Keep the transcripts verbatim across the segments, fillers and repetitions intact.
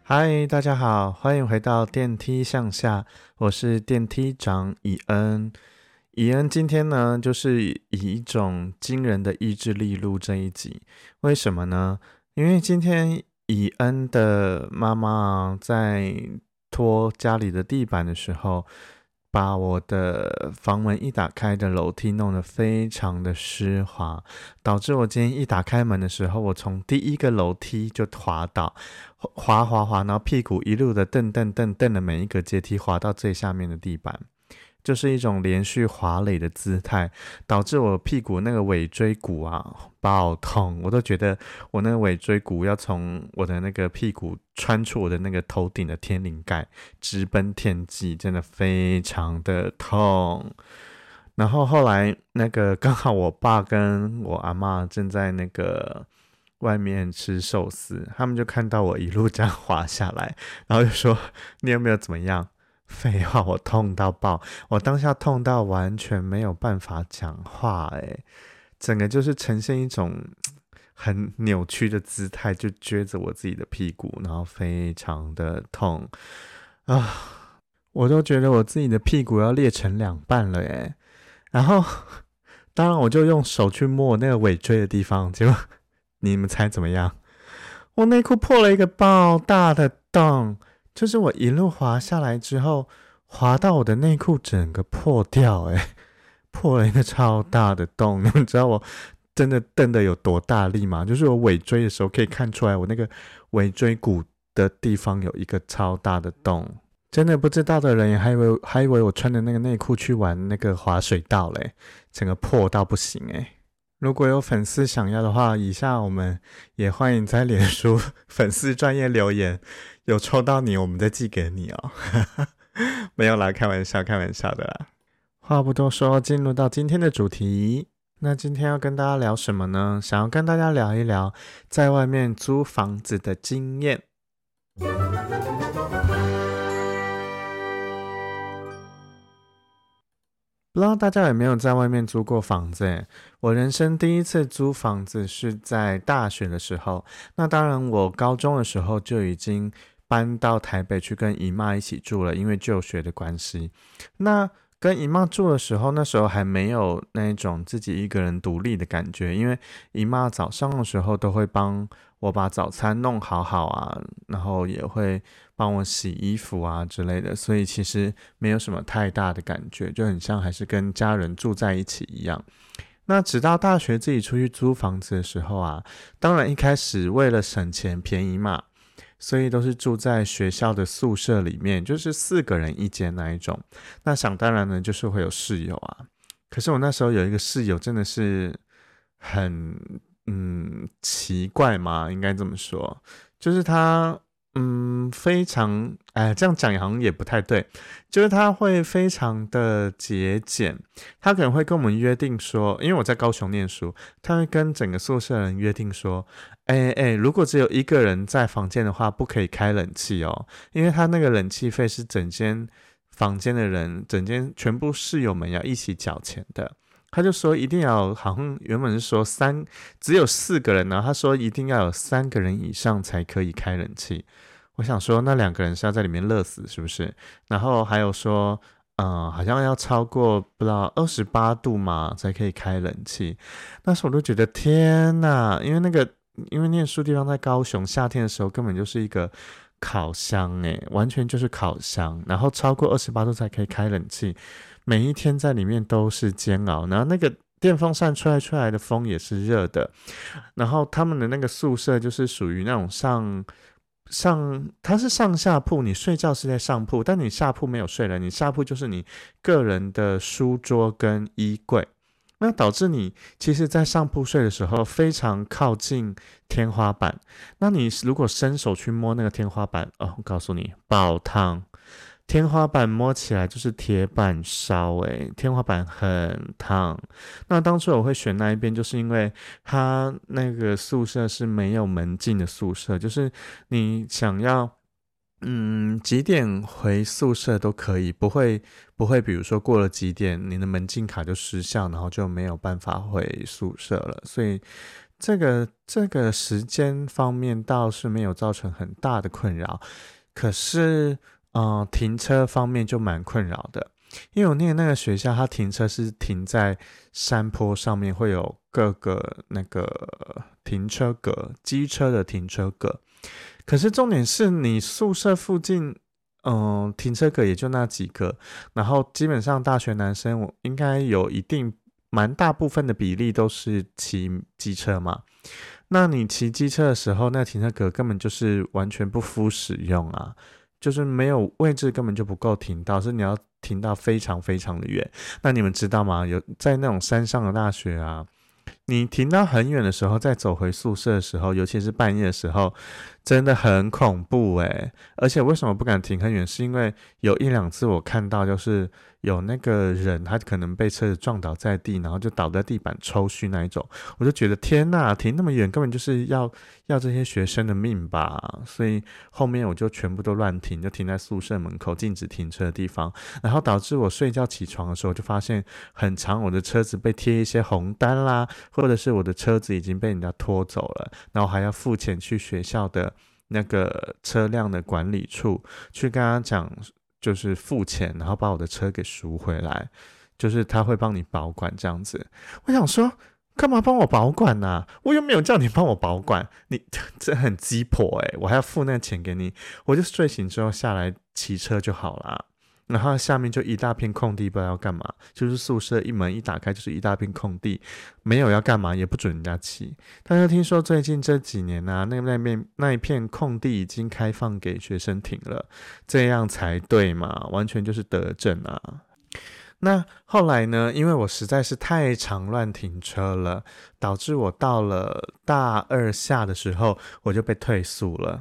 嗨，大家好，欢迎回到电梯向下，我是电梯长以恩。以恩今天呢，就是以一种惊人的意志力录这一集，为什么呢？因为今天以恩的妈妈在拖家里的地板的时候，把我的房门一打开的楼梯弄得非常的湿滑，导致我今天一打开门的时候，我从第一个楼梯就滑倒，滑滑滑，然后屁股一路的蹬蹬蹬蹬的每一个阶梯滑到最下面的地板。就是一种连续滑垒的姿态，导致我屁股那个尾椎骨啊爆痛，我都觉得我那个尾椎骨要从我的那个屁股穿出我的那个头顶的天灵盖，直奔天际，真的非常的痛。然后后来那个刚好我爸跟我阿嬷正在那个外面吃寿司，他们就看到我一路这样滑下来，然后就说你有没有怎么样？废话，我痛到爆，我当下痛到完全没有办法讲话，诶，整个就是呈现一种很扭曲的姿态，就撅着我自己的屁股，然后非常的痛啊，我都觉得我自己的屁股要裂成两半了，诶，然后当然我就用手去摸那个尾椎的地方，结果你们猜怎么样？我内裤破了一个爆大的洞。就是我一路滑下来之后，滑到我的内裤整个破掉、欸，哎，破了一个超大的洞。你们知道我真的蹬的有多大力吗？就是我尾椎的时候可以看出来，我那个尾椎骨的地方有一个超大的洞。真的不知道的人也还以为还以为我穿的那个内裤去玩那个滑水道嘞，整个破到不行哎、欸。如果有粉丝想要的话，以下我们也欢迎在脸书粉丝专页留言，有抽到你，我们再寄给你哦。没有啦，开玩笑，开玩笑的啦。话不多说，进入到今天的主题。那今天要跟大家聊什么呢？想要跟大家聊一聊在外面租房子的经验。不知道大家有没有在外面租过房子耶？我人生第一次租房子是在大学的时候。那当然，我高中的时候就已经搬到台北去跟姨妈一起住了，因为就学的关系。那跟姨妈住的时候，那时候还没有那种自己一个人独立的感觉，因为姨妈早上的时候都会帮我把早餐弄好好啊，然后也会帮我洗衣服啊之类的，所以其实没有什么太大的感觉，就很像还是跟家人住在一起一样。那直到大学自己出去租房子的时候啊，当然一开始为了省钱便宜嘛，所以都是住在学校的宿舍里面，就是四个人一间那一种。那想当然呢，就是会有室友啊。可是我那时候有一个室友真的是很嗯奇怪嘛，应该这么说，就是他嗯非常哎这样讲好像也不太对，就是他会非常的节俭，他可能会跟我们约定说，因为我在高雄念书，他会跟整个宿舍人约定说，哎哎，如果只有一个人在房间的话，不可以开冷气哦，因为他那个冷气费是整间房间的人，整间全部室友们要一起缴钱的。他就说一定要，好像原本是说三只有四个人，然后他说一定要有三个人以上才可以开冷气。我想说那两个人是要在里面热死是不是？然后还有说，嗯，好像要超过不知道二十八度嘛才可以开冷气。那时候我都觉得天哪，因为那个因为念书地方在高雄，夏天的时候根本就是一个烤箱诶，完全就是烤箱，然后超过二十八度才可以开冷气。每一天在里面都是煎熬，然后那个电风扇吹出来的风也是热的，然后他们的那个宿舍就是属于那种上上，它是上下铺，你睡觉是在上铺，但你下铺没有睡人，你下铺就是你个人的书桌跟衣柜，那导致你其实在上铺睡的时候非常靠近天花板，那你如果伸手去摸那个天花板，哦，我告诉你，爆烫。天花板摸起来就是铁板烧诶，天花板很烫。那当初我会选那一边，就是因为它那个宿舍是没有门禁的宿舍，就是你想要嗯几点回宿舍都可以，不会不会，比如说过了几点，你的门禁卡就失效，然后就没有办法回宿舍了。所以这个这个时间方面倒是没有造成很大的困扰，可是呃停车方面就蛮困扰的。因为我念那个学校，它停车是停在山坡上面，会有各个那个停车格，机车的停车格。可是重点是你宿舍附近，嗯，停车格也就那几个，然后基本上大学男生，我应该有一定蛮大部分的比例都是骑机车嘛。那你骑机车的时候，那停车格根本就是完全不敷使用啊，就是没有位置，根本就不够停到，是你要停到非常非常的远。那你们知道吗？有在那种山上的大学啊，你停到很远的时候，再走回宿舍的时候，尤其是半夜的时候，真的很恐怖诶。而且为什么不敢停很远？是因为有一两次我看到，就是有那个人他可能被车子撞倒在地，然后就倒在地板抽搐那一种，我就觉得天哪，停那么远根本就是要要这些学生的命吧。所以后面我就全部都乱停，就停在宿舍门口禁止停车的地方，然后导致我睡觉起床的时候就发现很长我的车子被贴一些红单啦，或者是我的车子已经被人家拖走了，然后还要付钱去学校的那个车辆的管理处去跟他讲，就是付钱，然后把我的车给赎回来，就是他会帮你保管这样子。我想说，干嘛帮我保管啊？我又没有叫你帮我保管，你这很鸡婆哎、欸！我还要付那个钱给你，我就睡醒之后下来骑车就好啦。然后下面就一大片空地，不知道要干嘛。就是宿舍一门一打开就是一大片空地，没有要干嘛，也不准人家骑。但是听说最近这几年啊，那那边那一片空地已经开放给学生停了，这样才对嘛，完全就是德政啊。那后来呢？因为我实在是太常乱停车了，导致我到了大二下的时候，我就被退宿了。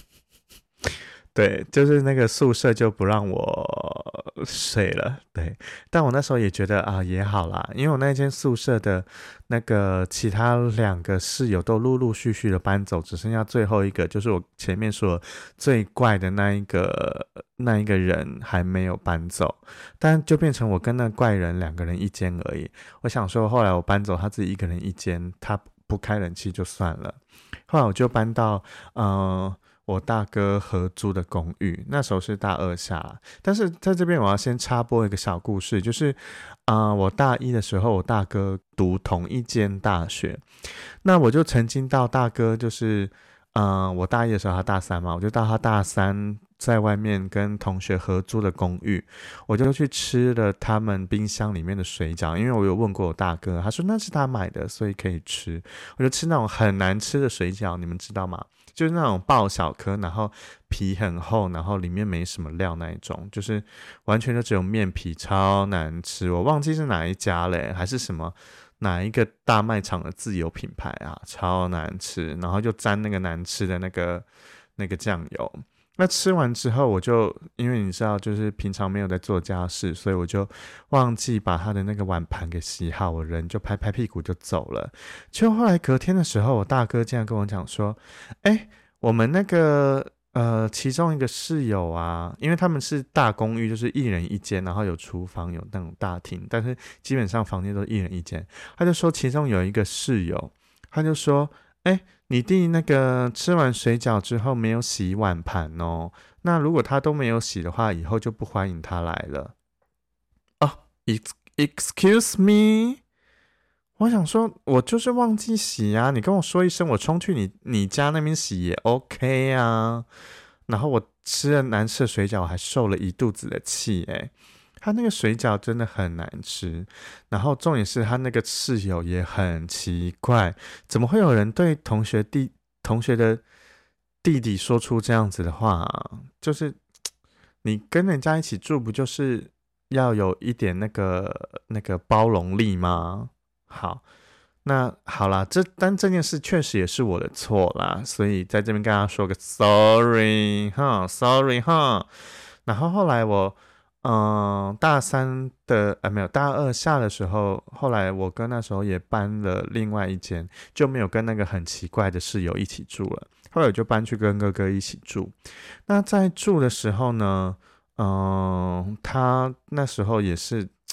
对，就是那个宿舍就不让我睡了。对，但我那时候也觉得啊，也好啦，因为我那间宿舍的那个其他两个室友都陆陆续续的搬走，只剩下最后一个，就是我前面说最怪的那一个那一个人还没有搬走，但就变成我跟那怪人两个人一间而已。我想说，后来我搬走，他自己一个人一间，他不开冷气就算了。后来我就搬到呃。我大哥合租的公寓，那时候是大二下，但是在这边我要先插播一个小故事，就是，呃，我大一的时候，我大哥读同一间大学，那我就曾经到大哥，就是，呃，我大一的时候他大三嘛，我就到他大三在外面跟同学合租的公寓，我就去吃了他们冰箱里面的水饺，因为我有问过我大哥，他说那是他买的，所以可以吃，我就吃那种很难吃的水饺，你们知道吗？就是那种爆小颗，然后皮很厚，然后里面没什么料那一种，就是完全就只有面皮，超难吃。我忘记是哪一家嘞，还是什么哪一个大卖场的自有品牌啊，超难吃。然后就沾那个难吃的那个那个酱油。那吃完之后，我就因为你知道，就是平常没有在做家事，所以我就忘记把他的那个碗盘给洗好，我人就拍拍屁股就走了。结果后来隔天的时候，我大哥竟然跟我讲说：“哎，我们那个呃，其中一个室友啊，因为他们是大公寓，就是一人一间，然后有厨房，有那种大厅，但是基本上房间都是一人一间。他就说其中有一个室友，他就说：哎。”你弟那个吃完水饺之后没有洗碗盘哦，那如果他都没有洗的话，以后就不欢迎他来了。哦，excuse me，我想说，我就是忘记洗啊，你跟我说一声，我冲去你你家那边洗也 OK 啊。然后我吃了难吃的水饺，我还受了一肚子的气哎。他那个水饺真的很难吃，然后重点是他那个室友也很奇怪，怎么会有人对同学弟同学的弟弟说出这样子的话啊？就是你跟人家一起住，不就是要有一点那个那个包容力吗？好，那好啦，这但这件事确实也是我的错啦，所以在这边跟他说个 sorry 哈，sorry 哈。然后后来我。嗯，大三的呃没有，大二下的时候，后来我哥那时候也搬了另外一间，就没有跟那个很奇怪的室友一起住了。后来我就搬去跟哥哥一起住。那在住的时候呢，嗯，他那时候也是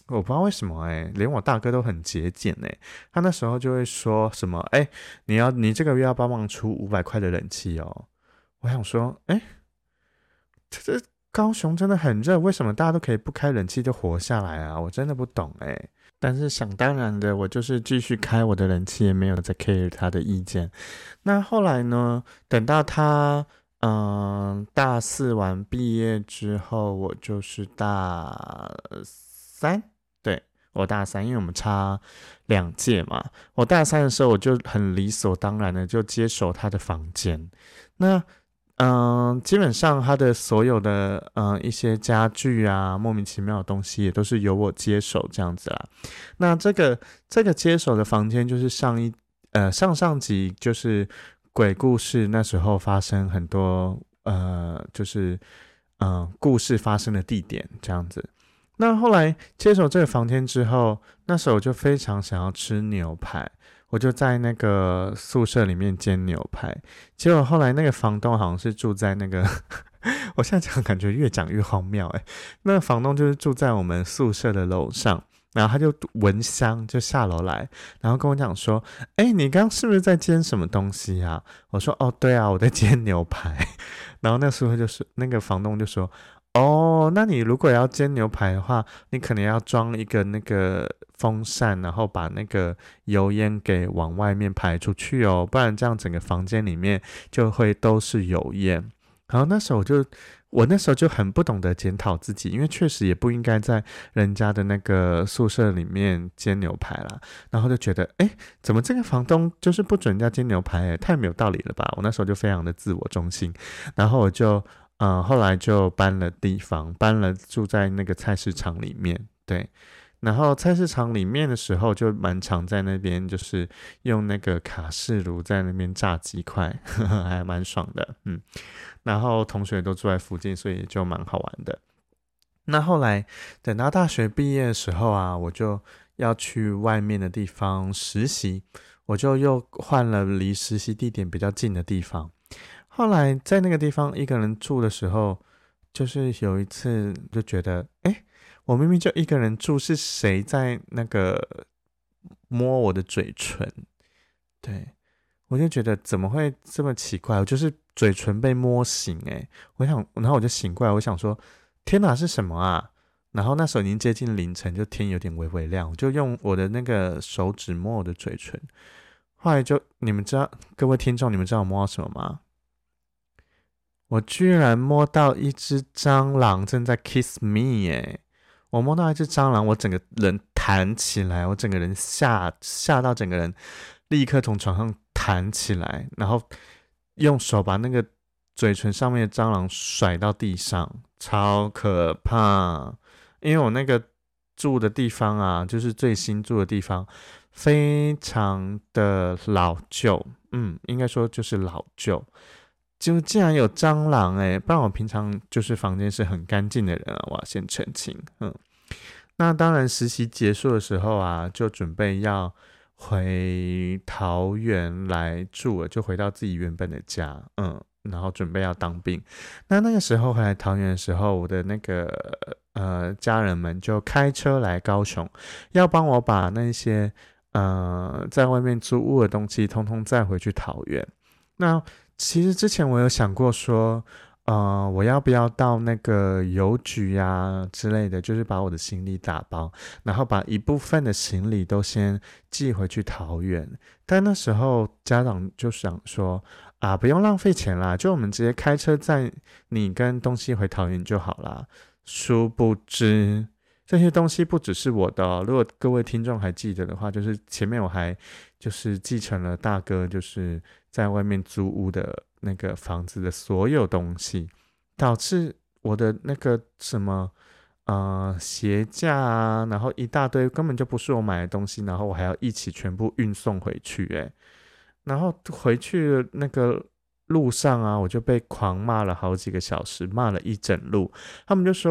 我不知道为什么哎、欸，连我大哥都很节俭哎，他那时候就会说什么哎、欸，你要你这个月要帮忙出五百块的冷气哦。我想说哎、欸，这这高雄真的很热，为什么大家都可以不开冷气就活下来啊？我真的不懂哎、欸。但是想当然的，我就是继续开我的冷气，也没有在 care 他的意见。那后来呢？等到他嗯大四完毕业之后，我就是大三，对，我大三，因为我们差两届嘛。我大三的时候，我就很理所当然的就接手他的房间。那嗯，基本上他的所有的嗯一些家具啊，莫名其妙的东西也都是由我接手这样子啦。那这个这个接手的房间就是上一呃上上集就是鬼故事那时候发生很多呃就是嗯、呃故事发生的地点这样子。那后来接手这个房间之后，那时候我就非常想要吃牛排。我就在那个宿舍里面煎牛排，结果后来那个房东好像是住在那个，我现在讲感觉越讲越荒谬哎。那个房东就是住在我们宿舍的楼上，然后他就闻香就下楼来，然后跟我讲说：“哎，你刚刚是不是在煎什么东西啊？”我说：“哦，对啊，我在煎牛排。”然后那时候就是那个房东就说：“哦，那你如果要煎牛排的话，你可能要装一个那个风扇，然后把那个油烟给往外面排出去哦，不然这样整个房间里面就会都是油烟。”然后那时候我就，我那时候就很不懂得检讨自己，因为确实也不应该在人家的那个宿舍里面煎牛排啦。然后就觉得，哎，怎么这个房东就是不准人家煎牛排？哎，太没有道理了吧！我那时候就非常的自我中心，然后我就。嗯，后来就搬了地方，搬了住在那个菜市场里面，对。然后菜市场里面的时候，就蛮常在那边，就是用那个卡式炉在那边炸鸡块，呵呵还蛮爽的，嗯。然后同学都住在附近，所以就蛮好玩的。那后来等到大学毕业的时候啊，我就要去外面的地方实习，我就又换了离实习地点比较近的地方。后来在那个地方一个人住的时候，就是有一次就觉得，哎，我明明就一个人住，是谁在那个摸我的嘴唇？对，我就觉得怎么会这么奇怪？我就是嘴唇被摸醒、欸，哎，我想，然后我就醒过来，我想说，天哪，是什么啊？然后那时候已经接近凌晨，就天有点微微亮，我就用我的那个手指摸我的嘴唇。后来就，你们知道，各位听众，你们知道我摸到什么吗？我居然摸到一只蟑螂正在 kiss me 耶！我摸到一只蟑螂，我整个人弹起来，我整个人吓吓到整个人立刻从床上弹起来，然后用手把那个嘴唇上面的蟑螂甩到地上，超可怕！因为我那个住的地方啊，就是最新住的地方，非常的老旧，嗯，应该说就是老旧。就竟然有蟑螂哎、欸，不然我平常就是房间是很干净的人啊，我要先澄清。嗯，那当然实习结束的时候啊，就准备要回桃园来住了，就回到自己原本的家。嗯，然后准备要当兵。那那个时候回来桃园的时候，我的那个呃家人们就开车来高雄，要帮我把那些呃在外面租屋的东西通通载回去桃园。那其实之前我有想过说，呃，我要不要到那个邮局呀之类的，就是把我的行李打包，然后把一部分的行李都先寄回去桃园。但那时候家长就想说，啊，不用浪费钱啦，就我们直接开车载你跟东西回桃园就好啦。殊不知。这些东西不只是我的哦，如果各位听众还记得的话，就是前面我还就是继承了大哥就是在外面租屋的那个房子的所有东西，导致我的那个什么呃鞋架啊，然后一大堆根本就不是我买的东西，然后我还要一起全部运送回去，诶，然后回去的那个路上啊，我就被狂骂了好几个小时，骂了一整路。他们就说：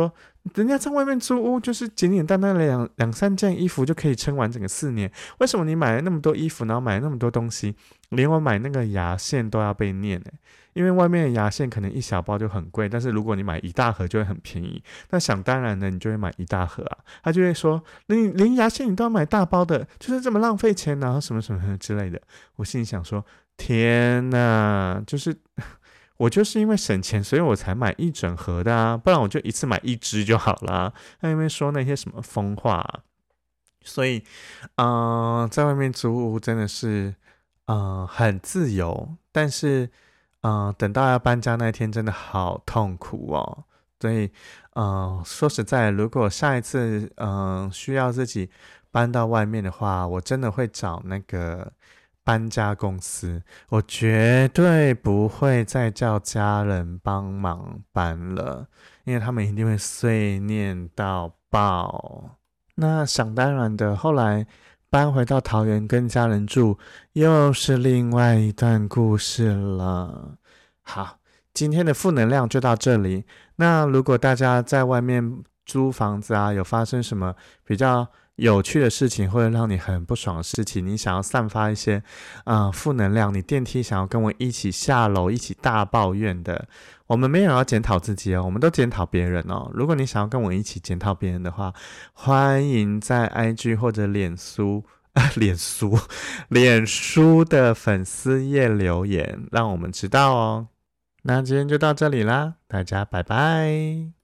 人家在外面租屋就是简简单单的两两三件衣服就可以撑完整个四年，为什么你买了那么多衣服，然后买了那么多东西，连我买那个牙线都要被念呢？因为外面的牙线可能一小包就很贵，但是如果你买一大盒就会很便宜。那想当然的，你就会买一大盒啊。他就会说，你连牙线你都要买大包的，就是这么浪费钱，然后什么什么之类的。我心里想说，天哪，就是我就是因为省钱，所以我才买一整盒的啊，不然我就一次买一支就好了。他因为说那些什么疯话啊，所以，嗯、呃在外面租屋真的是，嗯、呃很自由，但是，嗯、呃等到要搬家那一天，真的好痛苦哦。所以，嗯、呃说实在，如果下一次，嗯、呃需要自己搬到外面的话，我真的会找那个搬家公司，我绝对不会再叫家人帮忙搬了，因为他们一定会碎念到爆。那想当然的，后来搬回到桃园跟家人住，又是另外一段故事了。好，今天的负能量就到这里。那如果大家在外面租房子啊，有发生什么比较有趣的事情，或者让你很不爽的事情，你想要散发一些呃负能量，你电梯想要跟我一起下楼，一起大抱怨的，我们没有要检讨自己哦，我们都检讨别人哦。如果你想要跟我一起检讨别人的话，欢迎在 I G 或者脸书。脸书、脸书的粉丝页留言，让我们知道哦。那今天就到这里啦，大家拜拜。